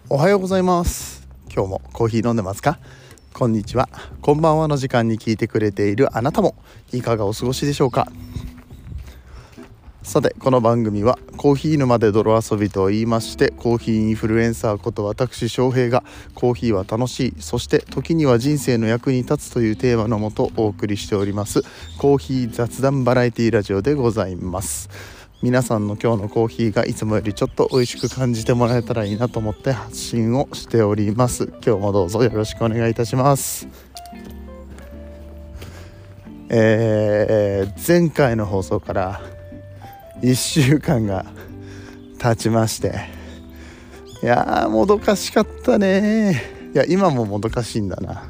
おはようございます。今日もコーヒー飲んでますか？こんにちは、こんばんはの時間に聞いてくれているあなたもいかがお過ごしでしょうか？さて、この番組はコーヒー沼で泥遊びと言いまして、コーヒーインフルエンサーこと私翔平がコーヒーは楽しい、そして時には人生の役に立つというテーマのもとお送りしておりますコーヒー雑談バラエティラジオでございます。皆さんの今日のコーヒーがいつもよりちょっと美味しく感じてもらえたらいいなと思って発信をしております。今日もどうぞよろしくお願いいたします。前回の放送から1週間が経ちまして、いやーもどかしかったね。いや今ももどかしいんだな。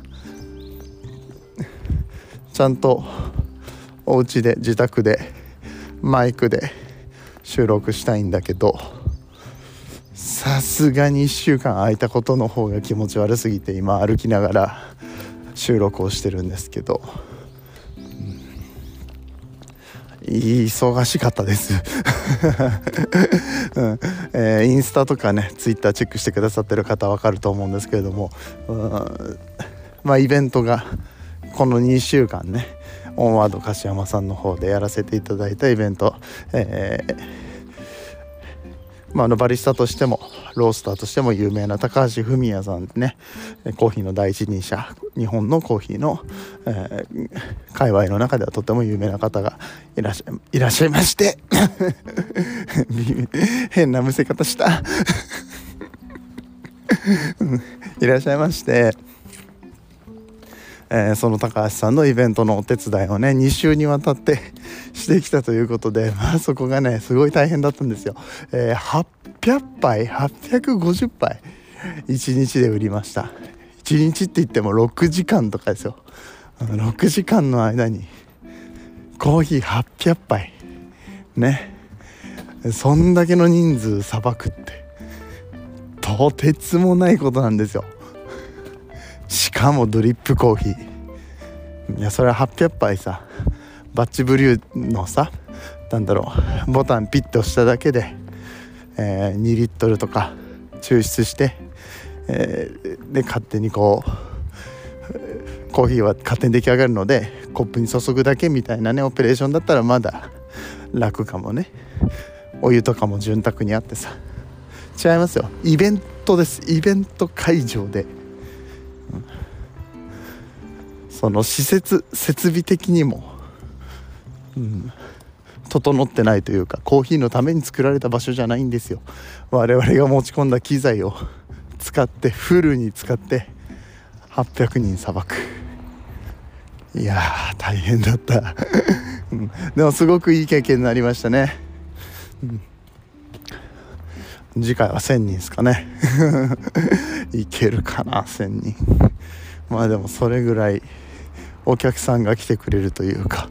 ちゃんとお家で自宅でマイクで収録したいんだけど、さすがに1週間空いたことの方が気持ち悪すぎて今歩きながら収録をしてるんですけど、忙しかったです、インスタとかねツイッターチェックしてくださってる方は分かると思うんですけれども、イベントがこの2週間ねオンワード柏山さんの方でやらせていただいたイベント、バリスタとしてもロースターとしても有名な高橋文也さんでね、コーヒーの第一人者、日本のコーヒーの、界隈の中ではとても有名な方がいらっしゃいまして変なむせ方したいらっしゃいまして、その高橋さんのイベントのお手伝いをね2週にわたってしてきたということで、そこがねすごい大変だったんですよ。800杯850杯1日で売りました。1日って言っても6時間とかですよ。6時間の間にコーヒー800杯ね、そんだけの人数さばくってとてつもないことなんですよ。しかもドリップコーヒー、いやそれは800杯さ、バッチブリューのさボタンピッと押しただけで、2リットルとか抽出して、で勝手にコーヒーは勝手に出来上がるのでコップに注ぐだけみたいなねオペレーションだったらまだ楽かもね。お湯とかも潤沢にあってさ、違いますよ、イベントです。イベント会場で、その設備的にも、整ってないというか、コーヒーのために作られた場所じゃないんですよ。我々が持ち込んだ機材を使ってフルに使って800人さばく。いやー大変だったでもすごくいい経験になりましたね。次回は1000人ですかねいけるかな1000人。でもそれぐらいお客さんが来てくれるというか、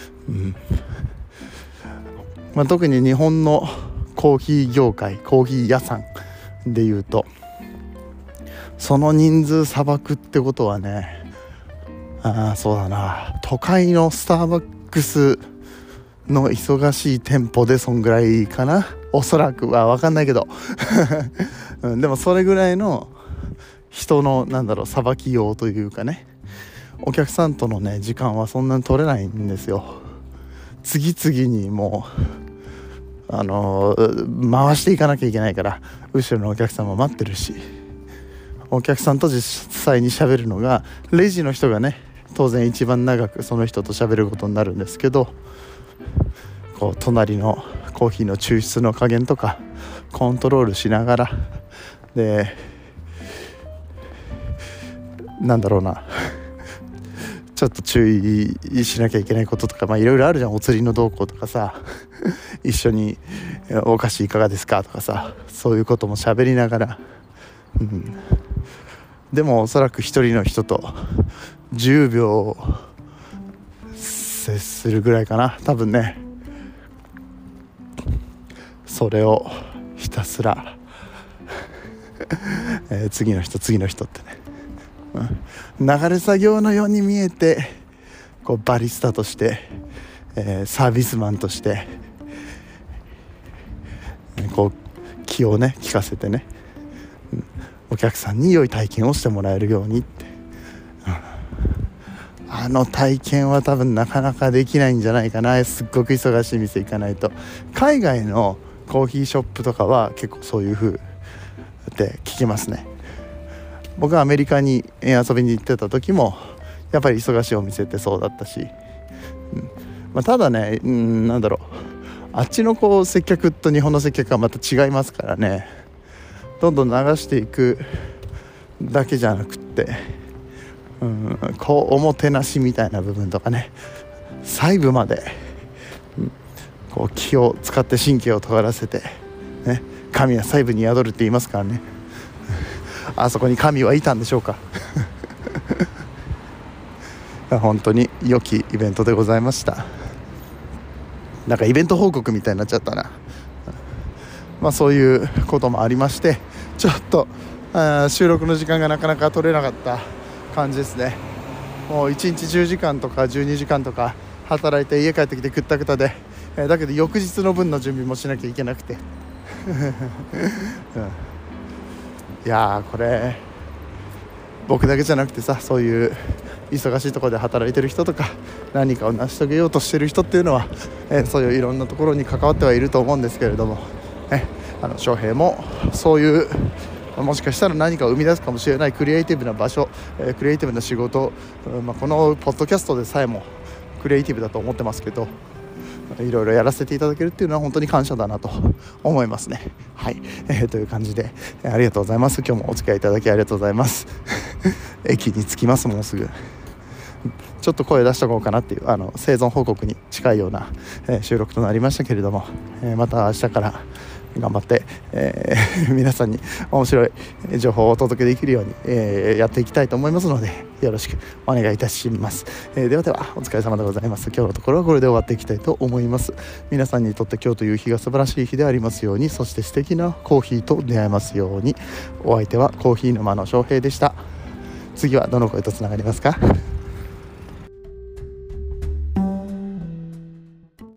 特に日本のコーヒー業界、コーヒー屋さんでいうとその人数さばくってことはね、そうだな、都会のスターバックスの忙しい店舗でそんぐらいかな、おそらくは分かんないけどでもそれぐらいの人のさばきようというかね、お客さんとのね時間はそんなに取れないんですよ。次々にもう回していかなきゃいけないから、後ろのお客さんも待ってるし、お客さんと実際に喋るのがレジの人がね当然一番長くその人と喋ることになるんですけど、隣のコーヒーの抽出の加減とかコントロールしながらでちょっと注意しなきゃいけないこととかいろいろあるじゃん。お釣りの動向とかさ一緒にお菓子いかがですかとかさ、そういうことも喋りながら、でもおそらく一人の人と10秒接するぐらいかな多分ね。それをひたすら次の人ってね、流れ作業のように見えてバリスタとして、サービスマンとして気をね利かせてね、 お客さんに良い体験をしてもらえるようにって、あの体験は多分なかなかできないんじゃないかな。すっごく忙しい店行かないと。海外のコーヒーショップとかは結構そういう風って聞きますね。僕はアメリカに遊びに行ってた時もやっぱり忙しいお店ってそうだったし、ただね、なんだろう、あっちのこう接客と日本の接客はまた違いますからね。どんどん流していくだけじゃなくって、こうおもてなしみたいな部分とかね、細部まで、こう気を使って神経を尖らせて、ね、神は細部に宿るって言いますからね。あそこに神はいたんでしょうか。本当に良きイベントでございました。なんかイベント報告みたいになっちゃったな。そういうこともありまして、ちょっと収録の時間がなかなか取れなかった感じですね。もう1日10時間とか12時間とか働いて家帰ってきてくったくたで、だけど翌日の分の準備もしなきゃいけなくて、いやー、これ僕だけじゃなくてさ、そういう忙しいところで働いてる人とか何かを成し遂げようとしてる人っていうのは、そういういろんなところに関わってはいると思うんですけれども、翔平もそういうもしかしたら何かを生み出すかもしれないクリエイティブな場所、クリエイティブな仕事、このポッドキャストでさえもクリエイティブだと思ってますけど、いろいろやらせていただけるっていうのは本当に感謝だなと思いますね。はい、という感じで、ありがとうございます。今日もお付き合いいただきありがとうございます。駅に着きます。もうすぐちょっと声出しとこうかなっていう生存報告に近いような、収録となりましたけれども、また明日から頑張って、皆さんに面白い情報をお届けできるように、やっていきたいと思いますので、よろしくお願いいたします。ではではお疲れ様でございます。今日のところはこれで終わっていきたいと思います。皆さんにとって今日という日が素晴らしい日でありますように、そして素敵なコーヒーと出会えますように。お相手はコーヒー沼の翔平でした。次はどの声とつながりますか？